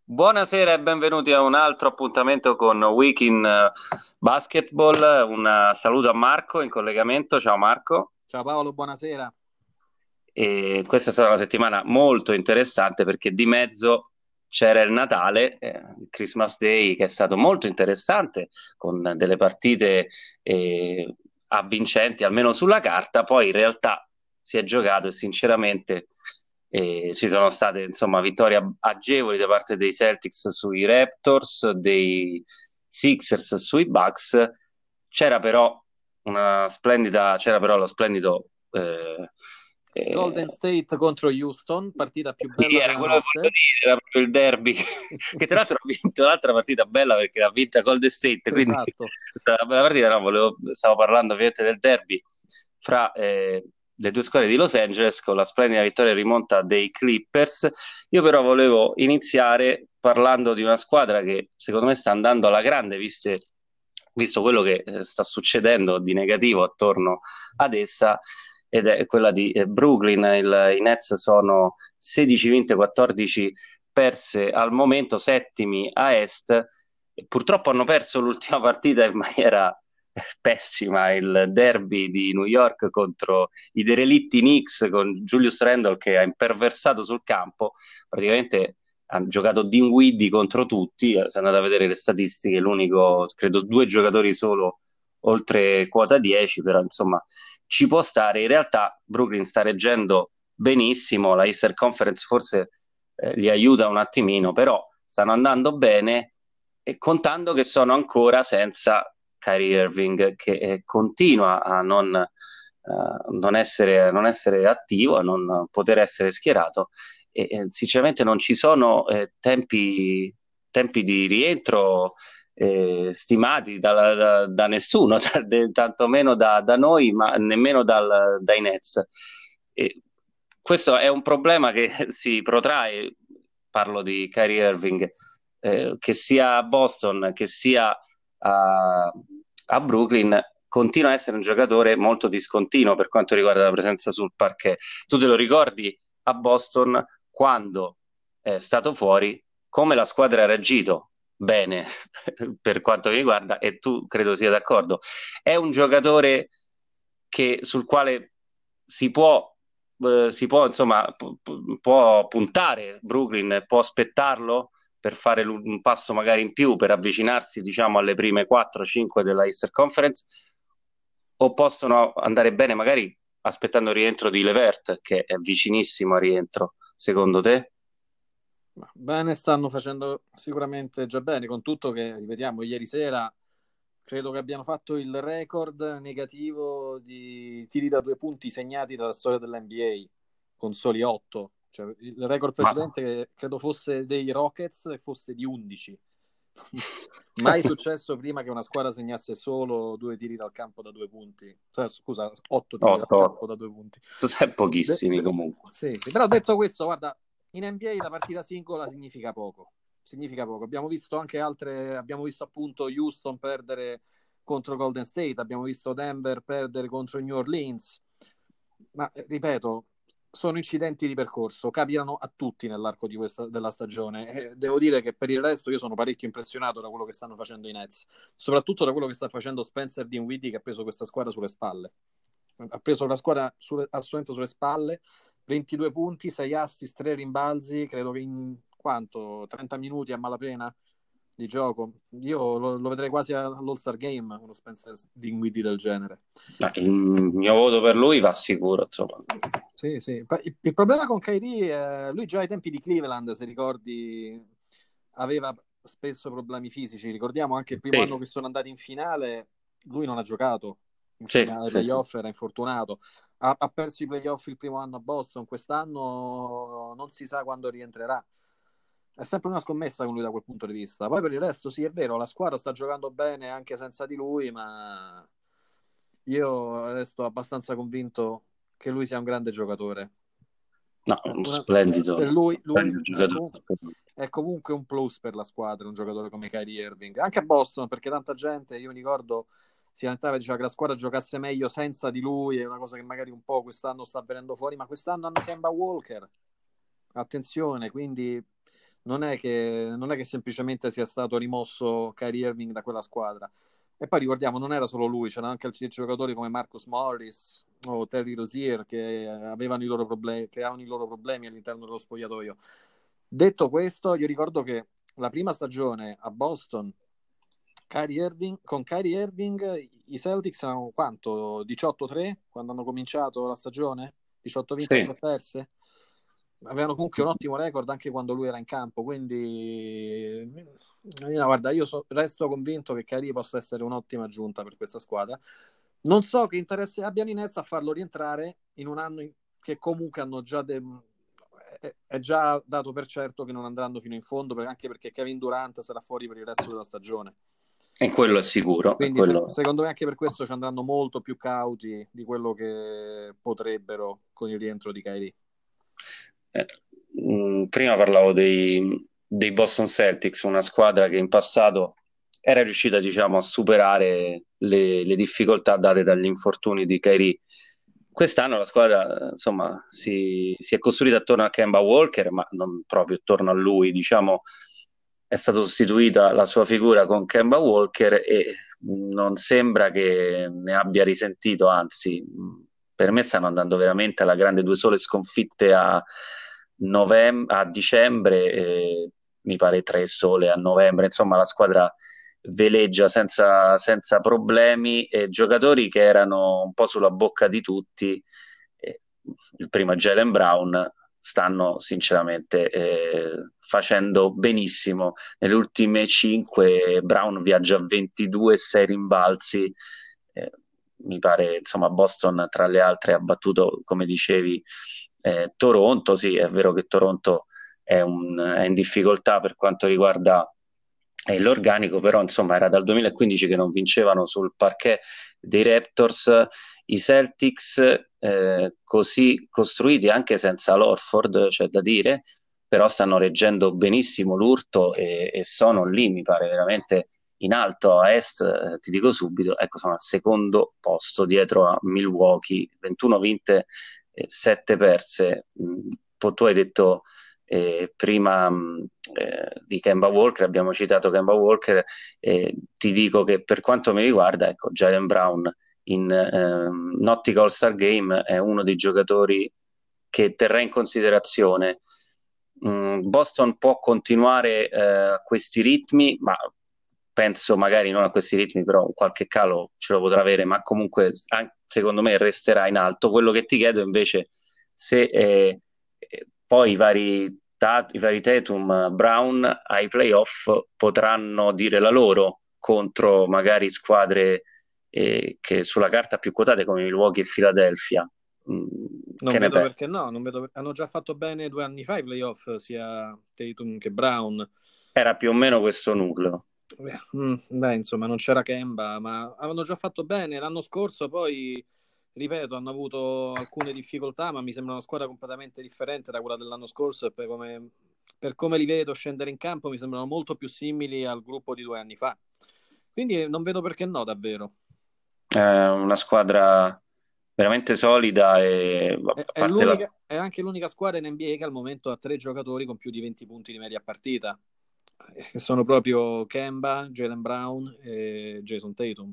Buonasera e benvenuti a un altro appuntamento con Week in Basketball. Un saluto a Marco in collegamento. Ciao Marco. Ciao Paolo, buonasera. E questa è stata una settimana molto interessante perché di mezzo c'era il Natale, il Christmas Day, che è stato molto interessante con delle partite eh, avvincenti, almeno sulla carta. Poi in realtà si è giocato e sinceramente ci sono state insomma vittorie agevoli da parte dei Celtics sui Raptors, dei Sixers sui Bucks. C'era però lo splendido Golden eh, State contro Houston, partita più sì, bella era della quello che volevo notte. dire, era proprio il derby, che tra l'altro ha vinto l'altra partita bella perché l'ha vinta Golden State, quindi Esatto. stata una bella partita, no, stavo parlando ovviamente del derby fra le due squadre di Los Angeles con la splendida vittoria e rimonta dei Clippers. Io però volevo iniziare parlando di una squadra che secondo me sta andando alla grande, visto quello che sta succedendo di negativo attorno ad essa, ed è quella di Brooklyn. I Nets sono 16 vinte, 14 perse al momento, settimi a est. E purtroppo hanno perso l'ultima partita in maniera pessima, il derby di New York contro i derelitti Knicks con Julius Randle che ha imperversato sul campo. Praticamente hanno giocato Dinwiddie contro tutti. Se andate a vedere le statistiche, l'unico, credo, due giocatori solo oltre quota 10, però insomma ci può stare. In realtà Brooklyn sta reggendo benissimo, la Eastern Conference forse li aiuta un attimino, però stanno andando bene e contando che sono ancora senza Kyrie Irving che continua a non essere attivo, a non poter essere schierato e sinceramente non ci sono tempi di rientro stimati da nessuno, tantomeno da noi, ma nemmeno dai Nets. E questo è un problema che si protrae, parlo di Kyrie Irving, che sia a Boston, che sia a Brooklyn, continua a essere un giocatore molto discontinuo per quanto riguarda la presenza sul parquet. Tu te lo ricordi a Boston quando è stato fuori, come la squadra ha reagito? Bene, per quanto mi riguarda, e tu credo sia d'accordo. È un giocatore sul quale si può insomma, può puntare Brooklyn, può aspettarlo per fare un passo magari in più, per avvicinarsi, diciamo, alle prime 4-5 della Eastern Conference, o possono andare bene magari aspettando il rientro di Levert, che è vicinissimo a rientro, secondo te? Ma bene, stanno facendo sicuramente già bene, con tutto che, ripetiamo, ieri sera credo che abbiano fatto il record negativo di tiri da 2 punti segnati dalla storia dell'NBA, con soli 8. Cioè, il record Ma precedente credo fosse dei Rockets e fosse di 11. Mai successo prima che una squadra segnasse solo 2 tiri dal campo da 2 punti. Cioè, scusa, 8 tiri dal 8, campo da 2 punti. sono pochissimi comunque. Sì, sì, però detto questo, guarda, in NBA la partita singola significa poco. Significa poco. Abbiamo visto anche abbiamo visto appunto Houston perdere contro Golden State, abbiamo visto Denver perdere contro New Orleans. Ma ripeto, sono incidenti di percorso, capitano a tutti nell'arco della stagione. E devo dire che per il resto io sono parecchio impressionato da quello che stanno facendo i Nets, soprattutto da quello che sta facendo Spencer Dinwiddie, che ha preso questa squadra sulle spalle. Ha preso la squadra assolutamente sulle spalle, 22 punti, 6 assist, 3 rimbalzi, credo che in quanto? 30 minuti a malapena di gioco. Io lo vedrei quasi all'All-Star Game, uno Spencer Dinwiddie del genere. Ma il mio voto per lui va sicuro, insomma. Sì, sì. Il problema con Kyrie è lui già ai tempi di Cleveland, se ricordi, aveva spesso problemi fisici. Ricordiamo anche il primo Sì, anno che sono andati in finale, lui non ha giocato in sì, finale ai sì, sì. playoff, era infortunato. Ha perso i playoff il primo anno a Boston, quest'anno non si sa quando rientrerà. È sempre una scommessa con lui da quel punto di vista. Poi per il resto, sì, è vero, la squadra sta giocando bene anche senza di lui, ma io resto abbastanza convinto che lui sia un grande giocatore. No, un Una- splendido, per lui splendido giocatore. è comunque un plus per la squadra, un giocatore come Kyrie Irving. Anche a Boston, perché tanta gente, io mi ricordo, si lamentava e diceva che la squadra giocasse meglio senza di lui, è una cosa che magari un po' quest'anno sta venendo fuori, ma quest'anno hanno Kemba Walker. Attenzione, quindi non è che semplicemente sia stato rimosso Kyrie Irving da quella squadra. E poi ricordiamo, non era solo lui, c'erano anche altri giocatori come Marcus Morris o Terry Rozier che avevano i loro problemi, creavano i loro problemi all'interno dello spogliatoio. Detto questo, io ricordo che la prima stagione a Boston con Kyrie Irving i Celtics erano quanto? 18-3 quando hanno cominciato la stagione? 18 vinte a Sì. 3 perse? Avevano comunque un ottimo record anche quando lui era in campo, quindi no, guarda, resto convinto che Kyrie possa essere un'ottima aggiunta per questa squadra. Non so che interesse abbiano i Nets a farlo rientrare in un anno che comunque hanno già è già dato per certo che non andranno fino in fondo, anche perché Kevin Durant sarà fuori per il resto della stagione. E quello è sicuro. Quindi Quello... secondo me anche per questo ci andranno molto più cauti di quello che potrebbero con il rientro di Kyrie. Prima parlavo dei Boston Celtics, una squadra che in passato era riuscita, diciamo, a superare le difficoltà date dagli infortuni di Kyrie. Quest'anno la squadra, insomma, si è costruita attorno a Kemba Walker, ma non proprio attorno a lui, diciamo, è stata sostituita la sua figura con Kemba Walker e non sembra che ne abbia risentito, anzi, per me stanno andando veramente alla grande, due sole sconfitte a dicembre, e mi pare tre sole a novembre, insomma la squadra veleggia senza problemi, e giocatori che erano un po' sulla bocca di tutti, il primo è Jaylen Brown, stanno sinceramente facendo benissimo. Nelle ultime 5 Brown viaggia a 22 6 rimbalzi, mi pare, insomma, Boston tra le altre ha battuto, come dicevi, Toronto. Sì, è vero che Toronto è in difficoltà per quanto riguarda l'organico, però insomma era dal 2015 che non vincevano sul parquet dei Raptors. I Celtics, così costruiti anche senza l'Horford, c'è da dire, però stanno reggendo benissimo l'urto e sono lì, mi pare veramente in alto a est, ti dico subito, ecco, sono al secondo posto dietro a Milwaukee, 21 vinte e 7 perse. Tu hai detto prima di Kemba Walker, abbiamo citato Kemba Walker, ti dico che per quanto mi riguarda, ecco, Jaylen Brown in Nottica All-Star Game è uno dei giocatori che terrà in considerazione. Boston può continuare a questi ritmi, ma penso magari non a questi ritmi, però qualche calo ce lo potrà avere, ma comunque secondo me resterà in alto. Quello che ti chiedo invece, se poi i vari Tatum, Brown ai playoff potranno dire la loro contro magari squadre che sulla carta più quotate come Milwaukee e Philadelphia. Non Che ne vedo pensi? perché no, hanno già fatto bene 2 anni fa i playoff, sia Tatum che Brown. Era più o meno questo nucleo. Beh, insomma, non c'era Kemba, ma avevano già fatto bene l'anno scorso, poi, ripeto, hanno avuto alcune difficoltà, ma mi sembra una squadra completamente differente da quella dell'anno scorso e per come li vedo scendere in campo mi sembrano molto più simili al gruppo di 2 anni fa. Quindi non vedo perché no, davvero. È una squadra veramente solida e È, a è parte la... l'unica, è anche l'unica squadra in NBA che al momento ha 3 giocatori con più di 20 punti di media partita, che sono proprio Kemba, Jaylen Brown e Jason Tatum.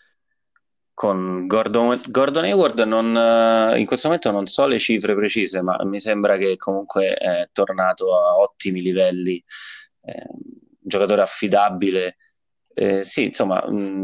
Con Gordon Hayward in questo momento non so le cifre precise, ma mi sembra che comunque è tornato a ottimi livelli, giocatore affidabile. Sì, insomma,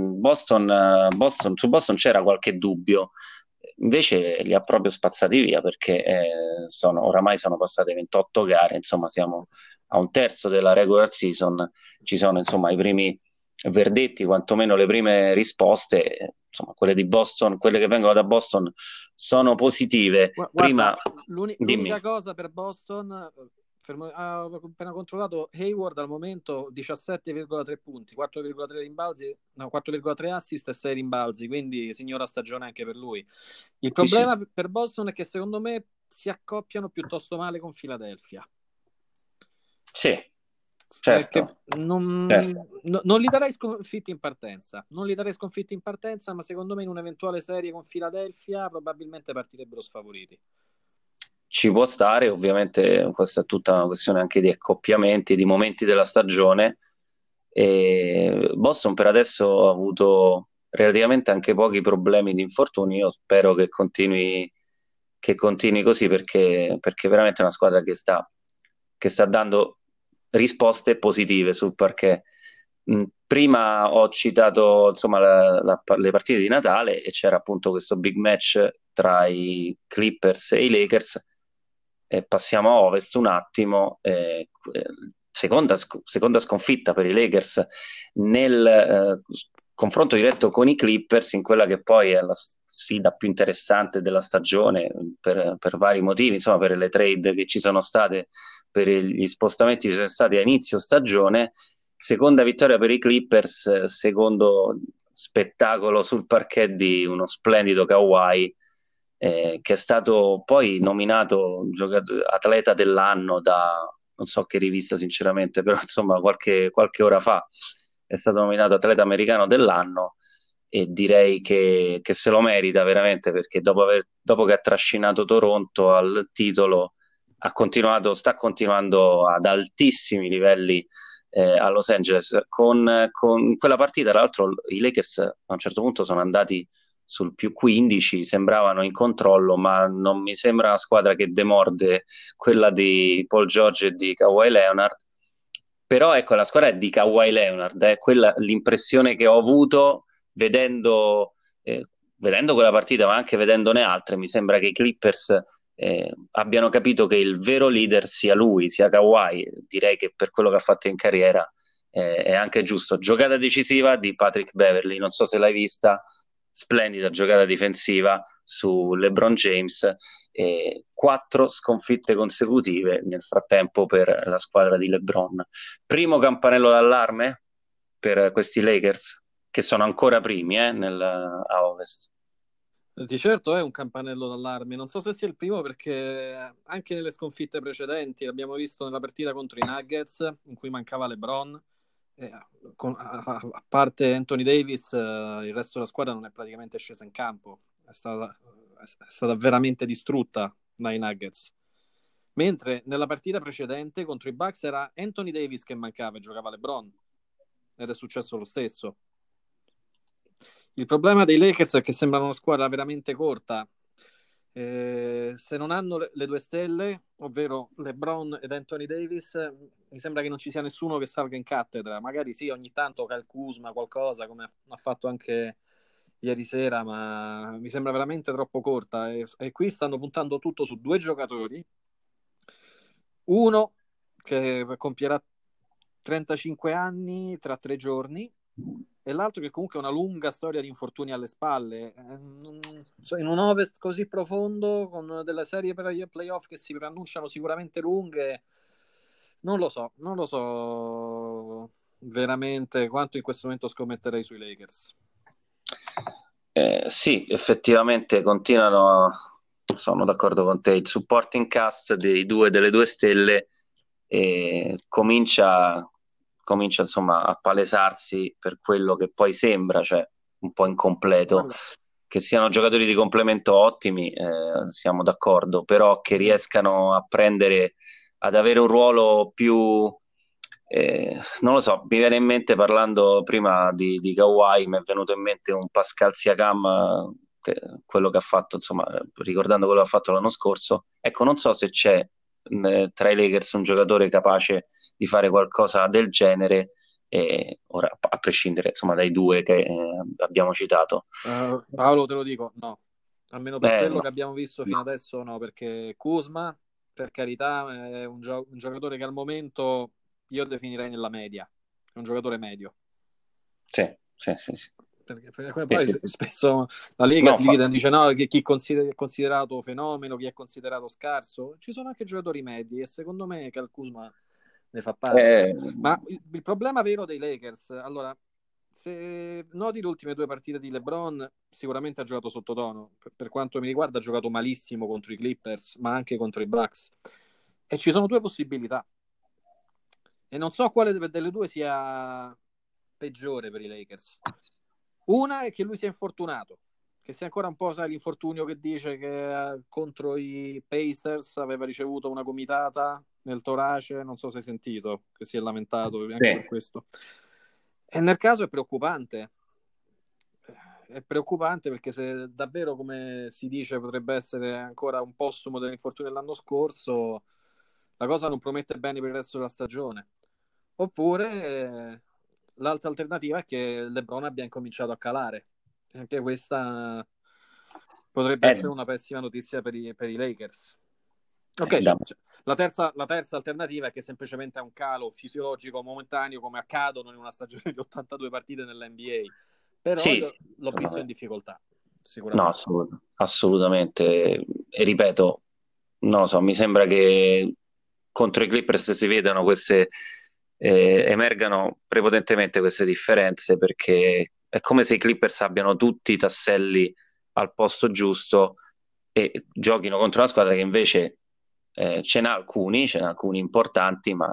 su Boston c'era qualche dubbio, invece li ha proprio spazzati via perché oramai sono passate 28 gare, insomma siamo a un terzo della regular season, ci sono insomma i primi verdetti, quantomeno le prime risposte, insomma quelle di Boston, quelle che vengono da Boston sono positive. Guarda, Prima, l'unica dimmi. cosa per Boston, ho appena controllato, Hayward al momento 17,3 punti, 4,3 rimbalzi, no, 4,3 assist e 6 rimbalzi, quindi signora stagione anche per lui. Il Sì, sì. problema per Boston è che secondo me si accoppiano piuttosto male con Philadelphia. Sì, Perché certo, certo. non gli darei sconfitti in partenza. Non gli darei sconfitti in partenza, ma secondo me in un'eventuale serie con Philadelphia probabilmente partirebbero sfavoriti. ci può stare, ovviamente questa è tutta una questione anche di accoppiamenti, di momenti della stagione. E Boston per adesso ha avuto relativamente anche pochi problemi di infortuni. Io spero che continui così perché veramente è una squadra che sta dando risposte positive sul parquet. Prima ho citato insomma le partite di Natale e c'era appunto questo big match tra i Clippers e i Lakers. Passiamo a Ovest un attimo. Seconda sconfitta per i Lakers nel confronto diretto con i Clippers in quella che poi è la sfida più interessante della stagione per vari motivi, insomma, per le trade che ci sono state, per gli spostamenti che ci sono stati a inizio stagione. Seconda vittoria per i Clippers, secondo spettacolo sul parquet di uno splendido Kawhi, che è stato poi nominato atleta dell'anno da non so che rivista sinceramente, però insomma qualche ora fa è stato nominato atleta americano dell'anno e direi che se lo merita veramente perché dopo che ha trascinato Toronto al titolo sta continuando ad altissimi livelli a Los Angeles. Con quella partita, tra l'altro, i Lakers a un certo punto sono andati sul più 15, sembravano in controllo, ma non mi sembra una squadra che demorde quella di Paul George e di Kawhi Leonard. Però ecco, la squadra è di Kawhi Leonard, è quella l'impressione che ho avuto vedendo, vedendo quella partita, ma anche vedendone altre. Mi sembra che i Clippers abbiano capito che il vero leader sia lui, sia Kawhi. Direi che per quello che ha fatto in carriera è anche giusto. Giocata decisiva di Patrick Beverly, non so se l'hai vista, splendida giocata difensiva su LeBron James, quattro sconfitte consecutive nel frattempo per la squadra di LeBron. Primo campanello d'allarme per questi Lakers, che sono ancora primi a Ovest. Di certo è un campanello d'allarme, non so se sia il primo perché anche nelle sconfitte precedenti, l'abbiamo visto nella partita contro i Nuggets in cui mancava LeBron, a parte Anthony Davis, il resto della squadra non è praticamente scesa in campo, è stata veramente distrutta dai Nuggets. Mentre nella partita precedente contro i Bucks era Anthony Davis che mancava e giocava LeBron, ed è successo lo stesso. Il problema dei Lakers è che sembrano una squadra veramente corta. Se non hanno le due stelle, ovvero LeBron ed Anthony Davis, mi sembra che non ci sia nessuno che salga in cattedra. Magari sì, ogni tanto Kyle Kuzma, qualcosa, come ha fatto anche ieri sera, ma mi sembra veramente troppo corta. E qui stanno puntando tutto su due giocatori. Uno che compierà 35 anni tra 3 giorni e l'altro che comunque ha una lunga storia di infortuni alle spalle. In un Ovest così profondo, con delle serie per gli playoff che si preannunciano sicuramente lunghe, non lo so veramente quanto in questo momento scommetterei sui Lakers. Sì, effettivamente sono d'accordo con te, il supporting cast delle due stelle comincia insomma a palesarsi per quello che poi sembra, cioè un po' incompleto. Guarda, Che siano giocatori di complemento ottimi, siamo d'accordo, però che riescano ad avere un ruolo più, non lo so, mi viene in mente parlando prima di Kawhi, mi è venuto in mente un Pascal Siakam, quello che ha fatto, insomma, ricordando quello che ha fatto l'anno scorso. Ecco, non so se c'è tra i Lakers un giocatore capace di fare qualcosa del genere, ora, a prescindere insomma dai due che abbiamo citato. Paolo, te lo dico, no. Almeno per quello No, che abbiamo visto no. fino adesso, no, perché Kuzma, per carità, è un giocatore che al momento io definirei nella media, è un giocatore medio. Sì, sì, sì, sì. Perché Sì, poi sì. spesso la Lega No, si divide, dice no, che chi è considerato fenomeno, chi è considerato scarso. Ci sono anche giocatori medi e secondo me Kyle Kuzma ne fa parte. eh, Ma il problema vero dei Lakers, allora, se noti le ultime due partite di LeBron, sicuramente ha giocato sottotono. Per quanto mi riguarda, ha giocato malissimo contro i Clippers, ma anche contro i Bucks. E ci sono due possibilità. E non so quale delle due sia peggiore per i Lakers. Una è che lui sia infortunato che sia ancora un po', sai, l'infortunio che dice che contro i Pacers aveva ricevuto una gomitata nel torace, non so se hai sentito, che si è lamentato anche per questo. E nel caso è preoccupante perché se davvero, come si dice, potrebbe essere ancora un possumo dell'infortunio dell'anno scorso, la cosa non promette bene per il resto della stagione. Oppure l'altra alternativa è che LeBron abbia incominciato a calare. Anche questa potrebbe essere una pessima notizia per i Lakers. Ok, la terza alternativa è che semplicemente è un calo fisiologico momentaneo, come accadono in una stagione di 82 partite nell'NBA. Però Sì, l'ho visto in difficoltà, sicuramente. No, assolutamente. E ripeto, non lo so, mi sembra che contro i Clippers si vedano queste, emergano prepotentemente queste differenze, perché è come se i Clippers abbiano tutti i tasselli al posto giusto e giochino contro una squadra che invece ce n'ha alcuni importanti, ma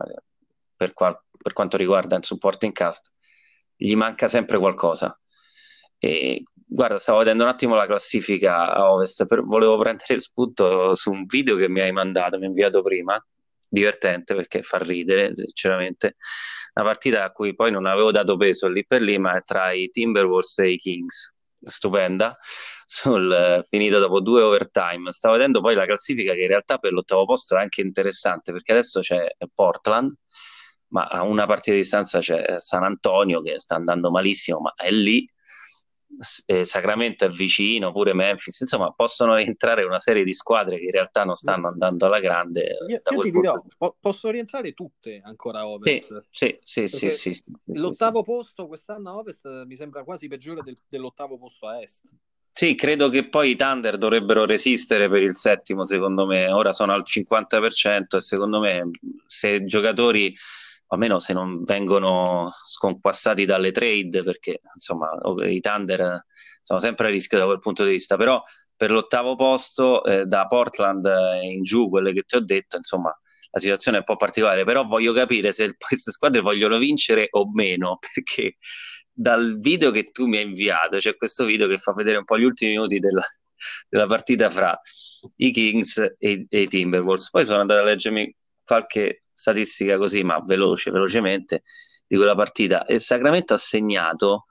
per quanto riguarda il supporting cast gli manca sempre qualcosa. E, guarda, stavo vedendo un attimo la classifica a Ovest, volevo prendere spunto su un video che mi hai mandato, mi hai inviato prima, divertente perché fa ridere, sinceramente. Una partita a cui poi non avevo dato peso lì per lì, ma è tra i Timberwolves e i Kings, stupenda, finito dopo 2 overtime. Stavo vedendo poi la classifica, che in realtà per l'ottavo posto è anche interessante, perché adesso c'è Portland, ma a una partita di distanza c'è San Antonio che sta andando malissimo, ma è lì. Sacramento è vicino, pure Memphis, insomma possono rientrare una serie di squadre che in realtà non stanno andando alla grande da Io quel ti punto dirò, di possono rientrare tutte ancora a vista. Ovest, Sì. perché l'ottavo posto quest'anno a Ovest mi sembra quasi peggiore dell'ottavo posto a Est. Sì, credo che poi i Thunder dovrebbero resistere per il settimo, secondo me. Ora sono al 50% e secondo me se giocatori, o almeno se non vengono sconquassati dalle trade, perché insomma i Thunder sono sempre a rischio da quel punto di vista, però per l'ottavo posto da Portland in giù, quelle che ti ho detto, insomma la situazione è un po' particolare, però voglio capire se queste squadre vogliono vincere o meno, perché dal video che tu mi hai inviato, c'è questo video che fa vedere un po' gli ultimi minuti della partita fra i Kings e i Timberwolves. Poi sono andato a leggermi qualche statistica così, ma velocemente, di quella partita. E Sacramento ha segnato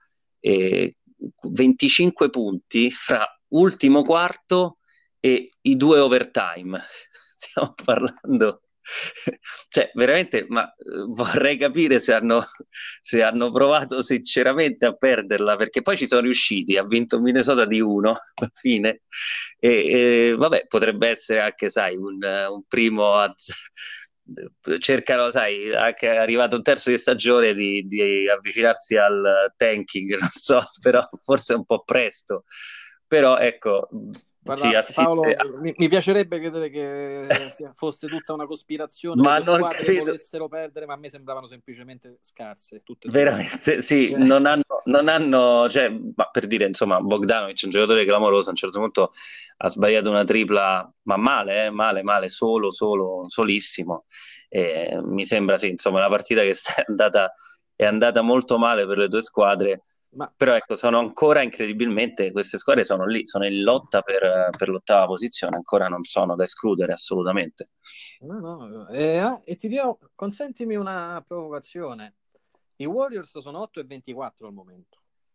25 punti fra ultimo quarto e i 2 overtime. Stiamo parlando, cioè veramente, ma vorrei capire se hanno provato sinceramente a perderla, perché poi ci sono riusciti, ha vinto Minnesota di 1 alla fine, e vabbè, potrebbe essere anche, sai, un primo cercano, sai, anche è arrivato un terzo di stagione di avvicinarsi al tanking, non so, però forse è un po' presto, però ecco, si Guarda, assiste Paolo, mi piacerebbe credere che fosse tutta una cospirazione, le ma due non squadre credo. volessero perdere, ma a me sembravano semplicemente scarse, tutte e due. Veramente, sì, Cioè, non hanno, cioè, ma per dire, insomma, Bogdanovic è un giocatore clamoroso, a un certo punto ha sbagliato una tripla, ma male, male, solissimo. Mi sembra, sì, insomma, una partita che è andata molto male per le due squadre, ma però ecco, sono ancora incredibilmente, queste squadre sono lì, sono in lotta per l'ottava posizione, ancora non sono da escludere assolutamente. no. E ti dirò, consentimi una provocazione. I Warriors sono 8 e 24 al momento,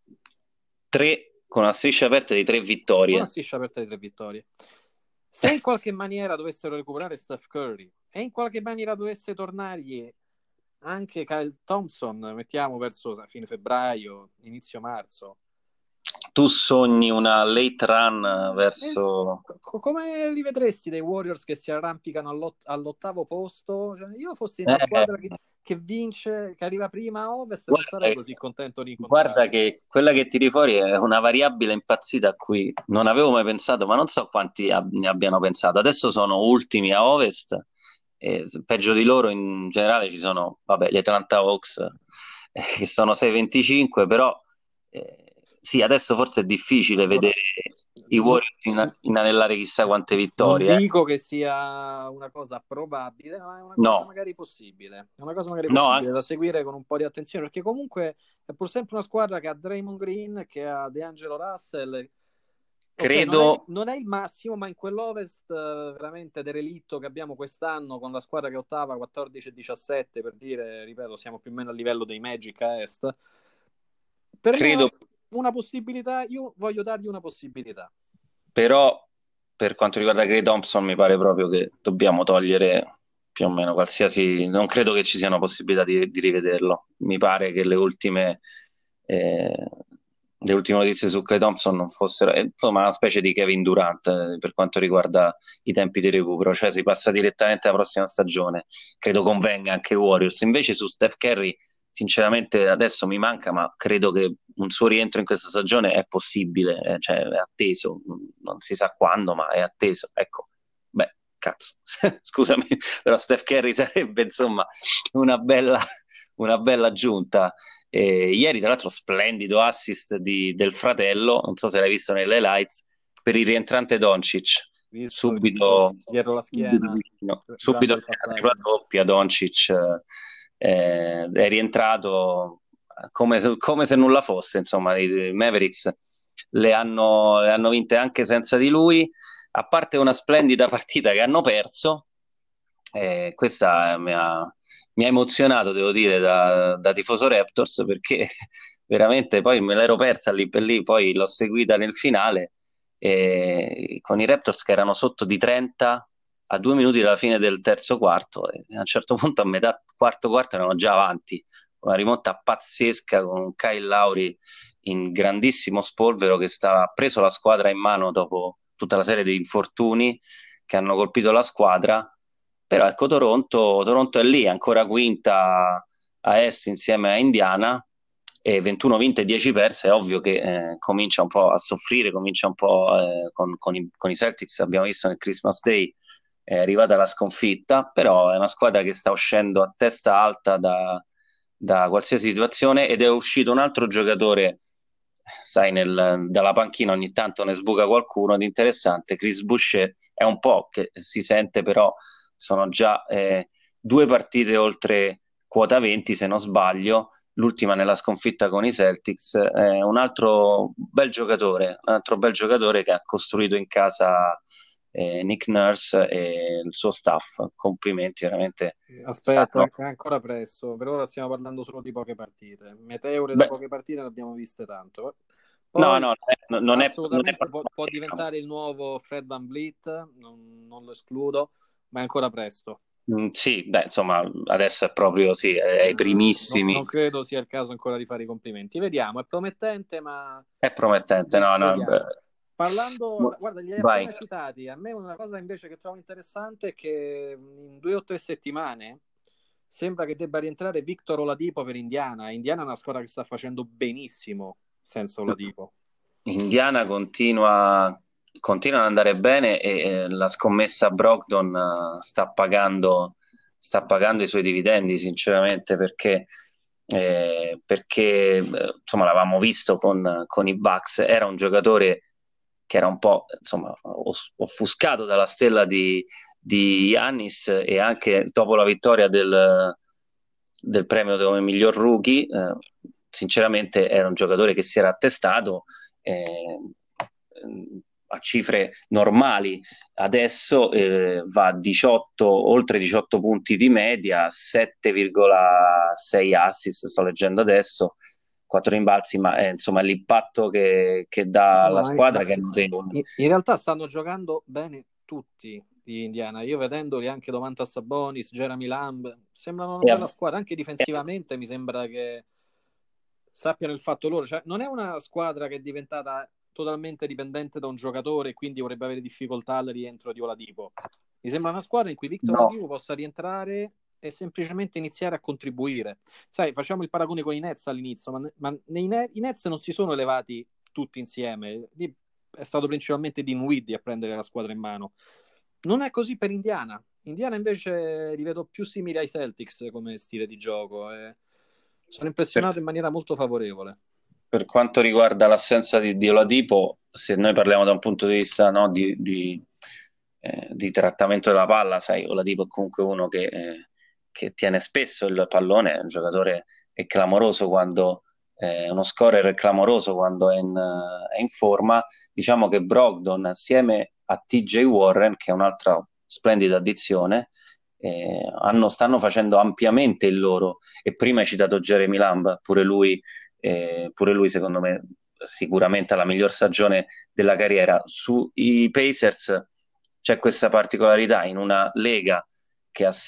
3 con una striscia aperta di 3 con una vittorie. striscia aperta di 3 vittorie. Se in qualche maniera dovessero recuperare Steph Curry e in qualche maniera dovesse tornargli anche Kyle Thompson, mettiamo verso fine febbraio, inizio marzo, Tu sogni una late run verso. come li vedresti dei Warriors che si arrampicano all'ottavo posto? Cioè, io fossi in una Eh, squadra che vince, che arriva prima a Ovest, non sarei guarda, così contento di guarda incontrarli. che quella che tiri fuori è una variabile impazzita a cui non avevo mai pensato, ma non so quanti ne abbiano pensato. Adesso sono ultimi a Ovest, e peggio di loro in generale ci sono, vabbè, gli Atlanta Hawks, che sono 6-25, però sì, adesso forse è difficile Allora, vedere i Warriors inanellare chissà quante non vittorie. dico che sia una cosa probabile, ma è una cosa No, magari possibile. È una cosa magari no, possibile da seguire con un po' di attenzione, perché comunque è pur sempre una squadra che ha Draymond Green, che ha DeAngelo Russell, Ok, credo, non è il massimo, ma in quell'Ovest veramente derelitto che abbiamo quest'anno con la squadra che ottava 14 e 17, per dire, ripeto, siamo più o meno a livello dei Magic a Est. Per me è credo una possibilità, io voglio dargli una possibilità. però per quanto riguarda Clay Thompson mi pare proprio che dobbiamo togliere più o meno qualsiasi, non credo che ci siano possibilità di rivederlo. Mi pare che eh, le ultime notizie su Clay Thompson non fossero, insomma, una specie di Kevin Durant per quanto riguarda i tempi di recupero, cioè si passa direttamente alla prossima stagione. Credo convenga anche ai Warriors. Invece su Steph Curry, sinceramente, adesso mi manca, ma credo che un suo rientro in questa stagione è possibile, cioè è atteso, non si sa quando, ma è atteso. Ecco, beh, cazzo, scusami, però Steph Curry sarebbe insomma una una bella aggiunta. Ieri, tra l'altro, splendido assist del fratello, non so se l'hai visto nelle highlights, per il rientrante Doncic, Visto subito, dietro la subito schiena vicino, durante subito il appena arriva passaggio. la doppia, Doncic è rientrato come se nulla fosse, insomma, i Mavericks le hanno vinte anche senza di lui, a parte una splendida partita che hanno perso, questa mi ha emozionato, devo dire, da tifoso Raptors, perché veramente poi me l'ero persa lì per lì, poi l'ho seguita nel finale, con i Raptors che erano sotto di 30 a 2 minuti dalla fine del terzo quarto, e a un certo punto a metà quarto quarto erano già avanti, una rimonta pazzesca con Kyle Lowry in grandissimo spolvero che ha preso la squadra in mano dopo tutta la serie di infortuni che hanno colpito la squadra. Però ecco, Toronto è lì, è ancora quinta a est insieme a Indiana, e 21 vinte e 10 perse. È ovvio che comincia un po' a soffrire, comincia un po' con i Celtics, abbiamo visto nel Christmas Day è arrivata la sconfitta, però è una squadra che sta uscendo a testa alta da qualsiasi situazione, ed è uscito un altro giocatore, sai, dalla panchina ogni tanto ne sbuca qualcuno di interessante. Chris Boucher è un po' che si sente, però sono già due partite oltre quota 20 se non sbaglio, l'ultima nella sconfitta con i Celtics. È un altro bel giocatore che ha costruito in casa Nick Nurse e il suo staff. Complimenti, veramente Aspetta, stanno. è ancora presto, per ora stiamo parlando solo di poche partite. Meteore da Beh, poche partite ne abbiamo viste tanto. no, Poi non è assolutamente proprio può diventare il nuovo Fred Van Vliet, non lo escludo, ma è ancora presto. sì, beh, insomma, adesso è proprio sì, è ai primissimi. Non credo sia il caso ancora di fare i complimenti. Vediamo, è promettente, ma È promettente, no, no, beh. vediamo. Parlando, guarda, li hai Vai. appena citati. A me una cosa invece che trovo interessante è che in 2 o 3 settimane sembra che debba rientrare Victor Oladipo per Indiana. Indiana è una squadra che sta facendo benissimo senza Oladipo. Indiana continua ad andare bene, e la scommessa Brogdon sta pagando i suoi dividendi, sinceramente, insomma, l'avevamo visto con i Bucks. Era un giocatore che era un po', insomma, offuscato dalla stella di Giannis, e anche dopo la vittoria del premio come miglior rookie, sinceramente era un giocatore che si era attestato eh, a cifre normali. Adesso va a 18, oltre 18 punti di media, 7,6 assist, sto leggendo adesso, 4 rimbalzi, ma insomma l'impatto che dà alla No, squadra che è notevole. in realtà stanno giocando bene tutti di Indiana. Io vedendoli anche Domantas Sabonis, Jeremy Lamb, sembrano una E bella squadra. Anche e- difensivamente mi sembra che sappiano il fatto loro. Cioè, non è una squadra che è diventata totalmente dipendente da un giocatore e quindi vorrebbe avere difficoltà al rientro di Oladipo. Mi sembra una squadra in cui Victor no, Oladipo possa rientrare e semplicemente iniziare a contribuire. Sai, facciamo il paragone con i Nets all'inizio, i Nets non si sono elevati tutti insieme. Lì è stato principalmente Dinwiddie a prendere la squadra in mano. Non è così per Indiana. Indiana invece li vedo più simili ai Celtics come stile di gioco. Sono per, impressionato in maniera molto favorevole. per quanto riguarda l'assenza di Oladipo, se noi parliamo da un punto di vista, no, di trattamento della palla, sai, Oladipo è comunque uno che tiene spesso il pallone, è un giocatore è clamoroso uno scorer clamoroso quando è in forma. Diciamo che Brogdon assieme a TJ Warren, che è un'altra splendida addizione, stanno facendo ampiamente il loro. E prima hai citato Jeremy Lamb, pure lui secondo me sicuramente ha la miglior stagione della carriera. Sui Pacers c'è questa particolarità in una lega che ha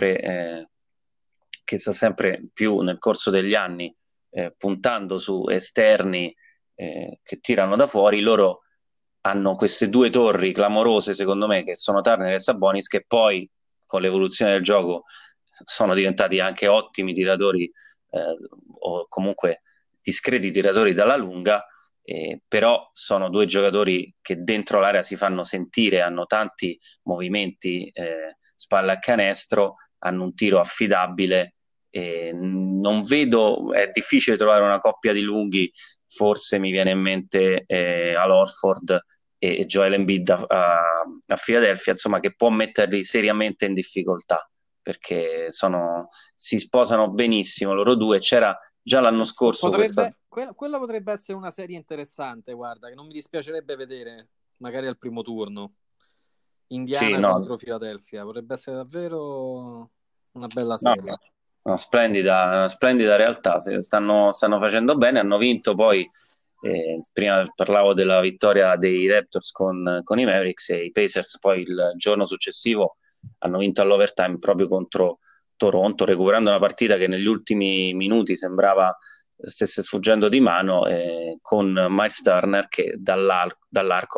che sta sempre più nel corso degli anni puntando su esterni che tirano da fuori. Loro hanno queste due torri clamorose, secondo me, che sono Turner e Sabonis, che poi con l'evoluzione del gioco sono diventati anche ottimi tiratori o comunque discreti tiratori dalla lunga, però sono due giocatori che dentro l'area si fanno sentire, hanno tanti movimenti, spalla a canestro, hanno un tiro affidabile. Non vedo, è difficile trovare una coppia di lunghi, forse mi viene in mente Al Horford e Joel Embiid a Philadelphia, insomma, che può metterli seriamente in difficoltà, perché si sposano benissimo loro due. C'era già l'anno scorso questa. Quella potrebbe essere una serie interessante, guarda, che non mi dispiacerebbe vedere, magari al primo turno. Sì, Indiana no, contro Philadelphia, potrebbe essere davvero una bella no, serie. una splendida realtà, stanno facendo bene, hanno vinto poi, prima parlavo della vittoria dei Raptors con i Mavericks, e i Pacers poi il giorno successivo hanno vinto all'overtime proprio contro Toronto, recuperando una partita che negli ultimi minuti sembrava stesse sfuggendo di mano, con Miles Turner che dall'arco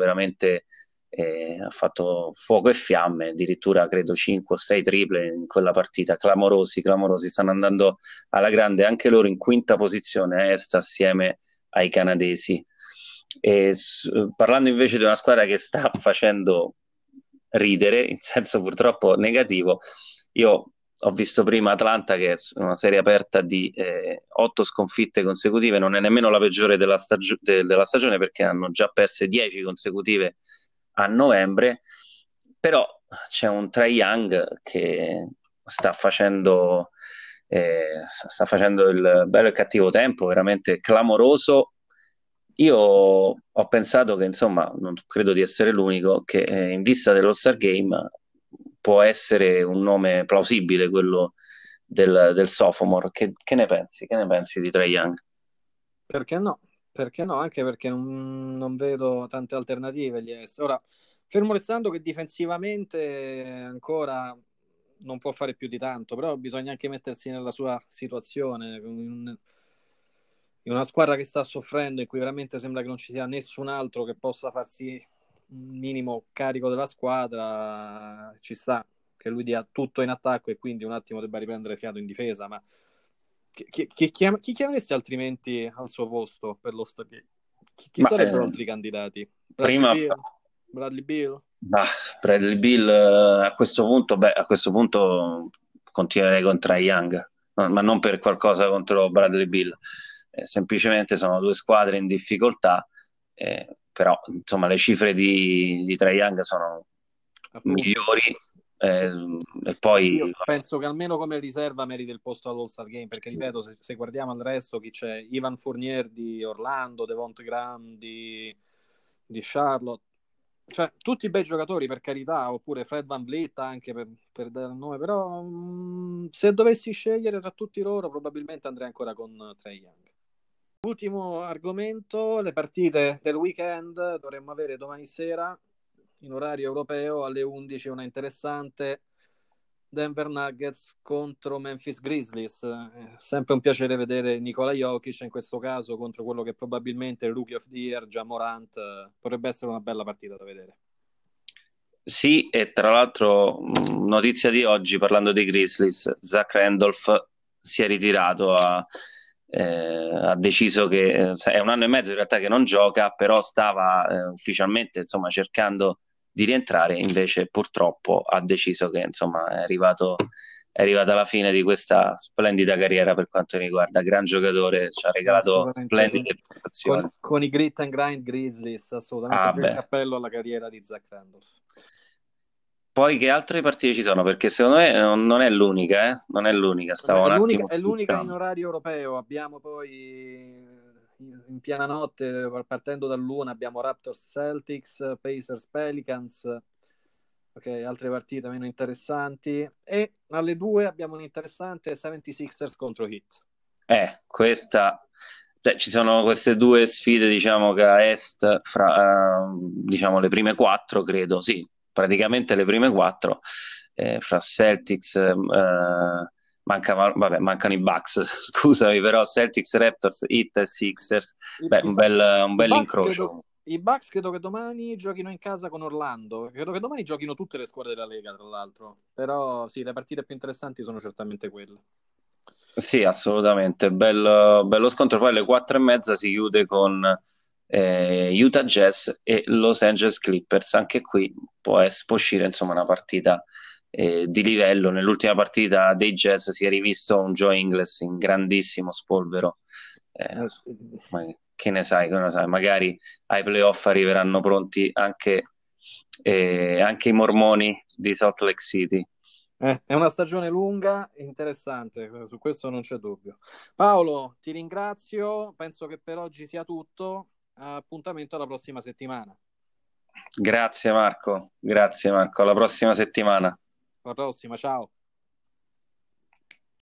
ha fatto fuoco e fiamme, addirittura credo 5 o 6 triple in quella partita, clamorosi, clamorosi, stanno andando alla grande anche loro in quinta posizione a est assieme ai canadesi. Parlando invece di una squadra che sta facendo ridere, in senso purtroppo negativo, io ho visto prima Atlanta, che è una serie aperta di 8 sconfitte consecutive, non è nemmeno la peggiore della stagione, perché hanno già perse 10 consecutive a novembre, però c'è un Trae Young che sta facendo il bello e cattivo tempo, veramente clamoroso. Io ho pensato che, insomma, non credo di essere l'unico, che in vista dell'All-Star Game può essere un nome plausibile quello del sophomore. Che ne pensi? Che ne pensi di Trae Young? Perché no? Perché no? Anche perché non vedo tante alternative agli est. Ora, fermo restando che difensivamente ancora non può fare più di tanto, però bisogna anche mettersi nella sua situazione, in una squadra che sta soffrendo, in cui veramente sembra che non ci sia nessun altro che possa farsi un minimo carico della squadra. Ci sta che lui dia tutto in attacco e quindi un attimo debba riprendere fiato in difesa, ma chi chiameresti altrimenti al suo posto per lo stadio? Chi Ma sarebbero altri candidati? Bradley prima, Beal? Bradley Beal? bah, Bradley Bill, a questo punto continuerei con Trae Young, no, ma non per qualcosa contro Bradley Bill, semplicemente sono due squadre in difficoltà, però insomma le cifre di Trae Young sono Appunto. migliori, e Ma poi io penso che almeno come riserva meriti il posto all'All-Star Game, perché ripeto, se guardiamo al resto, chi c'è? Ivan Fournier di Orlando, Devonte Graham di Charlotte, cioè tutti bei giocatori per carità, oppure Fred VanVleet anche per dare un nome, però se dovessi scegliere tra tutti loro probabilmente andrei ancora con Trae Young. Ultimo argomento, le partite del weekend dovremmo avere domani sera in orario europeo alle 11 una interessante Denver Nuggets contro Memphis Grizzlies. Sempre un piacere vedere Nikola Jokic in questo caso contro quello che probabilmente è il Rookie of the Year, Ja Morant. Potrebbe essere una bella partita da vedere. sì, e tra l'altro, notizia di oggi, parlando dei Grizzlies, Zach Randolph si è ritirato, ha deciso che è un anno e mezzo in realtà che non gioca, però stava ufficialmente, insomma, cercando di rientrare, invece purtroppo ha deciso che, insomma, è arrivata la fine di questa splendida carriera per quanto mi riguarda. Gran giocatore, ci ha regalato Assolutamente splendide prestazioni. con i grit and grind Grizzlies, assolutamente Ah, giù il beh. cappello alla carriera di Zach Randolph. Poi che altre partite ci sono? Perché secondo me non è l'unica, non è l'unica, stavo È un l'unica, attimo è l'unica in cercando. orario europeo. Abbiamo poi in piena notte, partendo dall'una, abbiamo Raptors Celtics, Pacers Pelicans, ok, altre partite meno interessanti. E alle 2 abbiamo un interessante 76ers contro Heat. Questa, cioè, ci sono queste due sfide, diciamo che a est, diciamo le prime quattro, credo, sì, praticamente le prime quattro, fra Celtics, vabbè, mancano i Bucks, scusami, però Celtics, Raptors, Heat e Sixers, I, beh, i- un i bel Bucks credo, incrocio. i Bucks credo che domani giochino in casa con Orlando. Credo che domani giochino tutte le squadre della Lega, tra l'altro. Però sì, le partite più interessanti sono certamente quelle. Sì, assolutamente, bello scontro. Poi alle 4:30 si chiude con Utah Jazz e Los Angeles Clippers. Anche qui può uscire insomma una partita di livello. Nell'ultima partita dei Jazz si è rivisto un Joe Ingles in grandissimo spolvero. Eh, Eh, ma che ne sai, magari ai playoff arriveranno pronti anche i mormoni di Salt Lake City. è una stagione lunga e interessante, su questo non c'è dubbio. Paolo, ti ringrazio, penso che per oggi sia tutto. Appuntamento alla prossima settimana. Grazie Marco, alla prossima settimana. Alla prossima, ciao.